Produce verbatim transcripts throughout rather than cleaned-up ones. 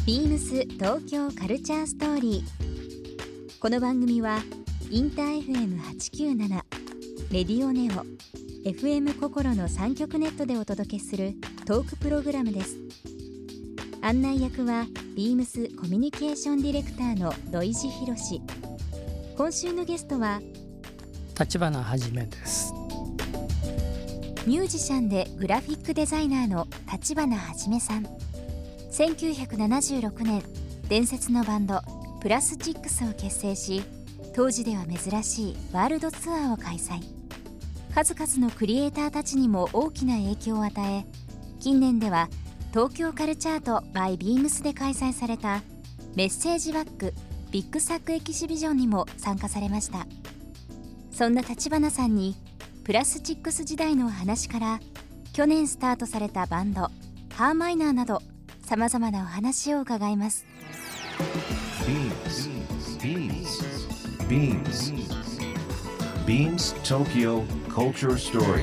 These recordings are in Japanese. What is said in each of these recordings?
ビームス東京カルチャーストーリー。この番組はインター エフエムはちきゅうなな、レディオネオ、エフエム 心のさん局ネットでお届けするトークプログラムです。案内役はビームスコミュニケーションディレクターの土井博志。今週のゲストは立花はじめです。 ミュージシャンでグラフィックデザイナーの立花はじめさん。せんきゅうひゃくななじゅうろくねん、伝説のバンドプラスチックスを結成し、当時では珍しいワールドツアーを開催。数々のクリエイターたちにも大きな影響を与え、近年では東京カルチャート by ビームスで開催されたメッセージワックビッグサックエキシビジョンにも参加されました。そんな立花さんにプラスチックス時代の話から、去年スタートされたバンドハーマイナーなどさまざまなお話を伺います。 ビームス ビームス ビームス Tokyo Culture Story。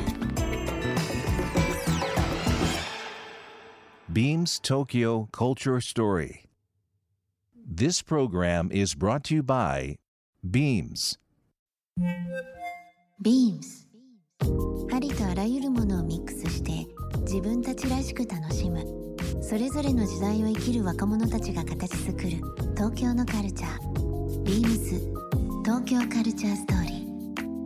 ビームス Tokyo Culture Story. This program is brought to you by ビームス。 ビームス、 ありとあらゆるものをミックスして自分たちらしく楽しむ、それぞれの時代を生きる若者たちが形作る東京のカルチャー。ビームス東京カルチャーストーリー。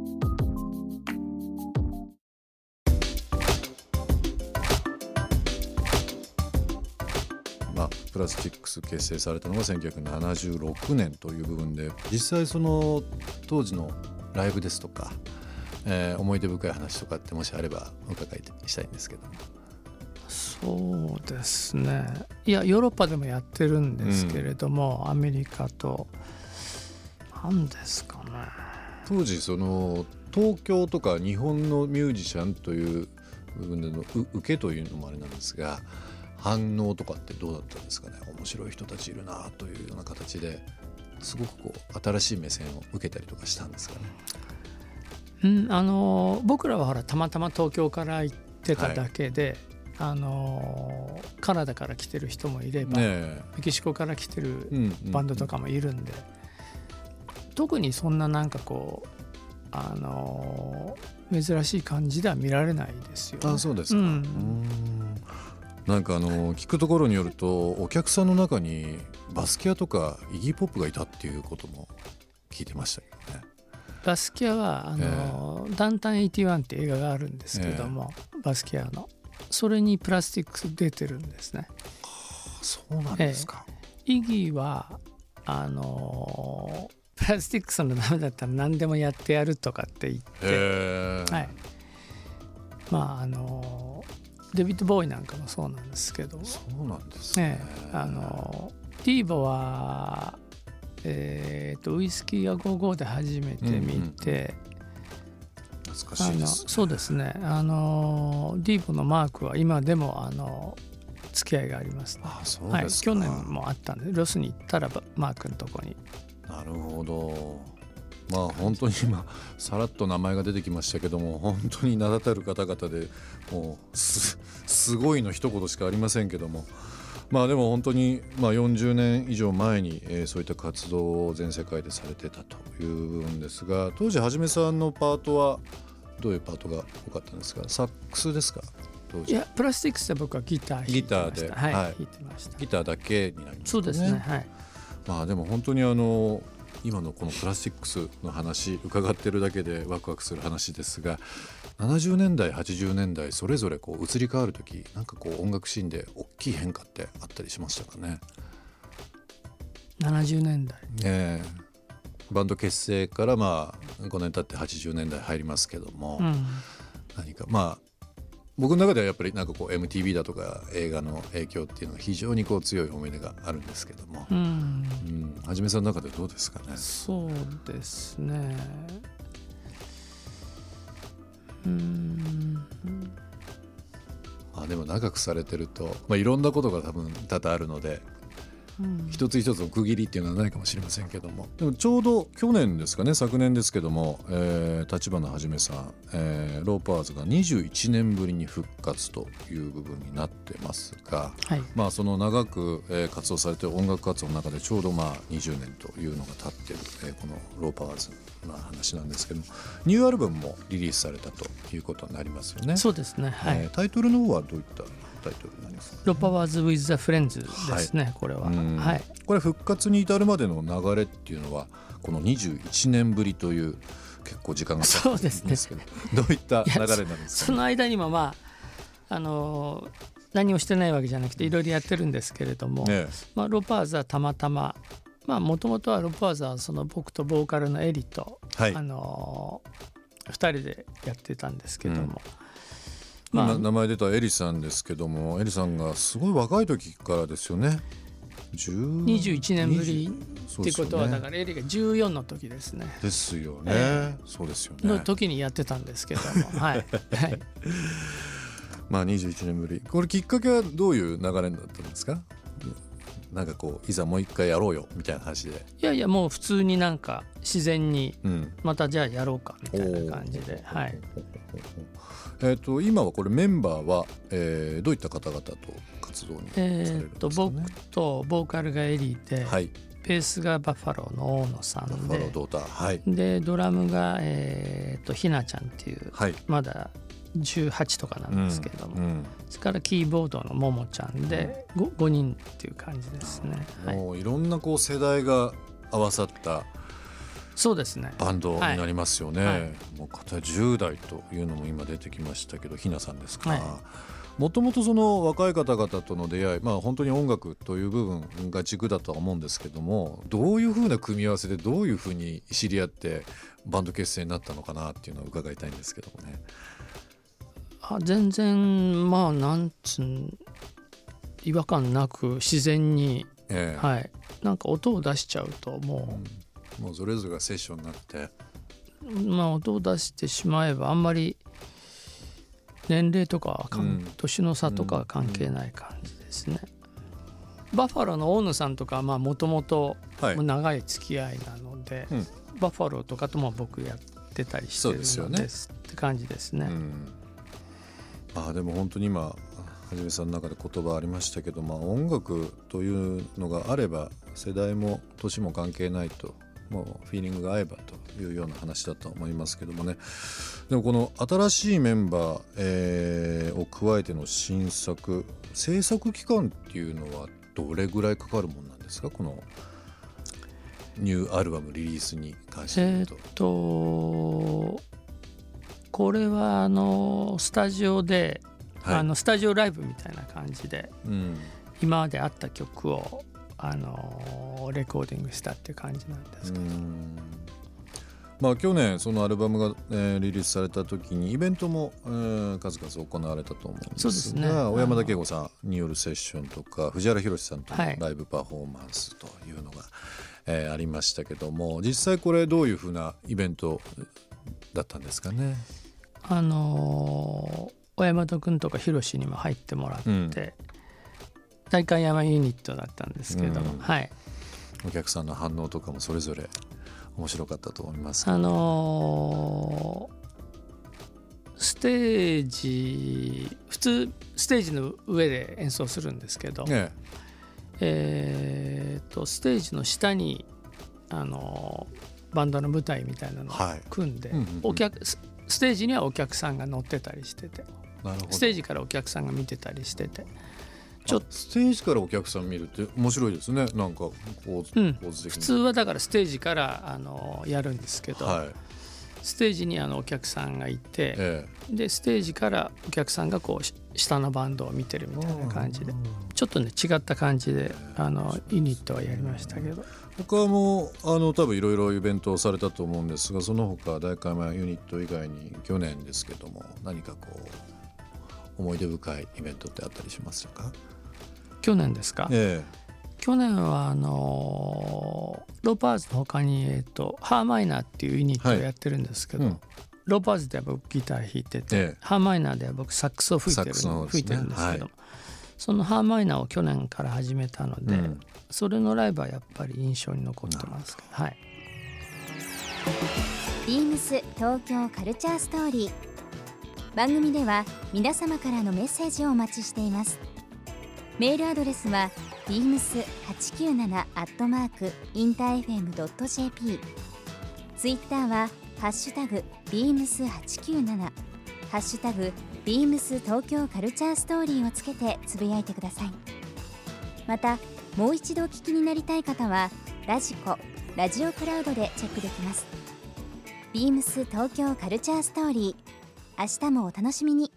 まあ、プラスチックス結成されたのがせんきゅうひゃくななじゅうろくねんという部分で、実際その当時のライブですとか、えー、思い出深い話とかってもしあればお伺いしたいんですけども。 そうですね、いやヨーロッパでもやってるんですけれども、うん、アメリカと何ですかね、 当時その東京とか日本のミュージシャンという部分での受けというのもあれなんですが、反応とかってどうだったんですかね。面白い人たちいるなというような形ですごくこう新しい目線を受けたりとかしたんですかね。 うん、あの僕らはほらたまたま東京から行ってただけで、はい、あのカナダから来てる人もいれば、ね、メキシコから来てるバンドとかもいるんで、うんうんうん、特にそんななんかこうあの珍しい感じでは見られないですよね。 あ、そうですか。うん、うーん、なんかあの聞くところによると、お客さんの中にバスキアとかイギーポップがいたっていうことも聞いてましたけどね。 バスキアはあの、えー、ダウンタウンはちじゅういちって映画があるんですけども、えー、バスキアのそれにプラスチックス出てるんですね。 あ、そうなんですか。 えー、イギーはあのプラスチックスのダメだったら何でもやってやるとかって言って、 えー、 はい、まああのデビッド・ボーイなんかもそうなんですけど。 そうなんですね。 えー、あのディーボはえー、とウイスキーがごじゅうごで初めて見て、 うんうん、懐かしいです、ね、 そうですね、あのディーボのマークは今でもあの付き合いがありますね。 あ、そうですか。 はい、去年もあったんで、ロスに行ったらマークのとこに。 なるほど。まあ本当に今さらっと名前が出てきましたけども、本当に名だたる方々でもう す, すごいの一言しかありませんけども、まあでも本当にまあよんじゅうねん以上前に、えー、そういった活動を全世界でされてたという部分ですが、当時はじめさんのパートはどういうパートが多かったんですか。サックスですか当時。 いやプラスチックスで僕はギター弾いてました。 ギターで、 はい、 はい、 弾いてました。 ギターだけになりますね。 そうですね、はい。 まあでも本当にあの今のこのプラスチックスの話伺ってるだけでワクワクする話ですが、ななじゅうねんだいはちじゅうねんだいそれぞれこう移り変わるとき、なんかこう音楽シーンで大きい変化ってあったりしましたかね。 ななじゅうねんだい、 えー、バンド結成からまあごねん経ってはちじゅうねんだい入りますけども、うん、何かまあ僕の中ではやっぱりなんかこう エムティーブイ だとか映画の影響っていうのが非常にこう強い思い出があるんですけども、うんうん、はじめさんの中でどうですかね。 そうですね、うーん、 まあ、でも長くされてると、まあ、いろんなことが多分多々あるので、 うん、 一つ一つの区切りっていうのはないかもしれませんけども、でもちょうど去年ですかね、昨年ですけども、えー、立花はじめさん、えー、ローパーズがにじゅういちねんぶりに復活という部分になってますが、 はい、 まあ、その長く、えー、活動されている音楽活動の中でちょうどまあにじゅうねんというのが経っている、えー、このローパーズの話なんですけども、ニューアルバムもリリースされたということになりますよね。 そうですね、はい。 えー、タイトルの方はどういったタイトルになりますか？ ローパワーズ・ウィズ・ザ・フレンズですね、はい、これは、はい、 これ復活に至るまでの流れっていうのはこのにじゅういちねんぶりという結構時間が経ってるんですけど、どういった流れなんですか、ね、 そ, その間にもまああのー、何もしてないわけじゃなくていろいろやってるんですけれども、ね、まあ、ローパーズはたまたまもともとはローパーズはその僕とボーカルのエリと、はい、あのー、ふたりでやってたんですけども、うん、 まあ、名前出たエリさんですけども、エリさんがすごい若い時からですよね。 にじゅういちねんぶりってことは、だからエリがじゅうよんの時ですね。 ですよね、えー、そうですよね。 の時にやってたんですけどもはい、はい、 まあにじゅういちねんぶり、これきっかけはどういう流れだったんですか？なんかこういざもう一回やろうよみたいな話で。 いやいや、もう普通になんか自然にまたじゃあやろうかみたいな感じで、うん、はい。 えー、と今はこれメンバーは、えー、どういった方々と活動にされるんですかね？えー、と僕とボーカルがエリーで、はい、ベースがバッファローの大野さんで、 バッファロードーター、はい、でドラムが、えー、とひなちゃんっていう、はい、まだじゅうはちとかなんですけども、うんうん、それからキーボードのももちゃんで 5, ごにんっていう感じですね。 もういろんなこう世代が合わさったそうですね、 バンドになりますよね、はいはい、もう方じゅう代というのも今出てきましたけど、ひなさんですか。もともとその若い方々との出会い、まあ本当に音楽という部分が軸だとは思うんですけども、どういうふうな組み合わせでどういうふうに知り合ってバンド結成になったのかなっていうのを伺いたいんですけどもね。 あ、全然まあなんつん違和感なく自然に、えーはい、なんか音を出しちゃうともう、 うん、もうそれぞれがセッションになって、 まあ、音を出してしまえばあんまり年齢とか、うん、年の差とかは関係ない感じですね、うん、バッファローの大野さんとかはもともと長い付き合いなので、はい、うん、バッファローとかとも僕やってたりしてるの で, すよ、ね、って感じですね、うん、 あでも本当に今はじめさんの中で言葉ありましたけど、まあ、音楽というのがあれば世代も年も関係ないと、もうフィーリングが合えばというような話だと思いますけどもね。でもこの新しいメンバー、えー、を加えての新作、制作期間っていうのはどれぐらいかかるものなんですか、このニューアルバムリリースに関して言うと。 えー、っとこれはあのスタジオで、はい、あのスタジオライブみたいな感じで、うん、今まであった曲をあのレコーディングしたっていう感じなんですけど、うん、 まあ、去年そのアルバムが、えー、リリースされた時にイベントも、えー、数々行われたと思うんですが、そうですね、小山田圭吾さんによるセッションとか藤原宏さんとのライブパフォーマンスというのが、はい、えー、ありましたけども、実際これどういうふうなイベントだったんですかね。 あのー、小山田君とか宏にも入ってもらって、うん、代官山ユニットだったんですけど、うん、はい、 お客さんの反応とかもそれぞれ面白かったと思います。 あのー、ステージ普通ステージの上で演奏するんですけど、ねえー、とステージの下に、あのー、バンドの舞台みたいなのを組んで、はい、うんうんうん、お客ステージにはお客さんが乗ってたりしてて、なるほど、ステージからお客さんが見てたりしてて、 ちょっとステージからお客さん見るって面白いですね。なんか構図、うん、構図的に普通はだからステージからあのやるんですけど、はい、ステージにあのお客さんがいて、ええ、でステージからお客さんがこう下のバンドを見てるみたいな感じで、ちょっとね違った感じであのユニットはやりましたけど、 他もあの多分いろいろイベントをされたと思うんですが、その他代官山ユニット以外に去年ですけども何かこう思い出深いイベントってあったりしましたか？ 去年ですか、ええ、去年はあのー、ローパーズの他に、えー、とハーマイナーっていうユニットをやってるんですけど、はい、うん、ローパーズでは僕ギター弾いてて、ええ、ハーマイナーでは僕サックスを吹いてる、ね、吹いてるんですけど、はい、 そのハーマイナーを去年から始めたので、うん、それのライブはやっぱり印象に残ってます。はい。 ビームス東京カルチャーストーリー。番組では皆様からのメッセージをお待ちしています。メールアドレスは ビームスはちきゅうなな アットマーク インターエフエム ドット ジェーピー。 ツイッターはハッシュタグ ビームスはちきゅうなな、 ハッシュタグ ビームス東京カルチャーストーリーをつけてつぶやいてください。またもう一度お聞きになりたい方はラジコ、ラジオクラウドでチェックできます。ビームス東京カルチャーストーリー、明日もお楽しみに。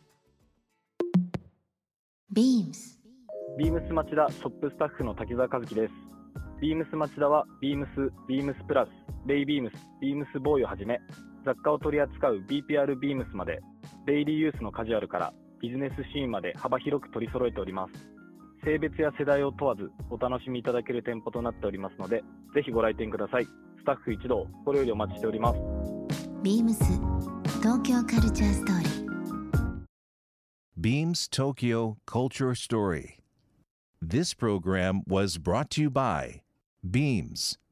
ビームスビームス町田ショップスタッフの滝沢和樹です。ビームス町田はビームス、ビームスプラス、レイビームス、ビームスボーイをはじめ雑貨を取り扱う ビーピーアール ビームスまで、デイリーユースのカジュアルからビジネスシーンまで幅広く取り揃えております。性別や世代を問わずお楽しみいただける店舗となっておりますので、ぜひご来店ください。スタッフ一同心よりお待ちしております。 ビームス東京カルチャーストーリー。 Beams Tokyo Culture Story. This program was brought to you by Beams.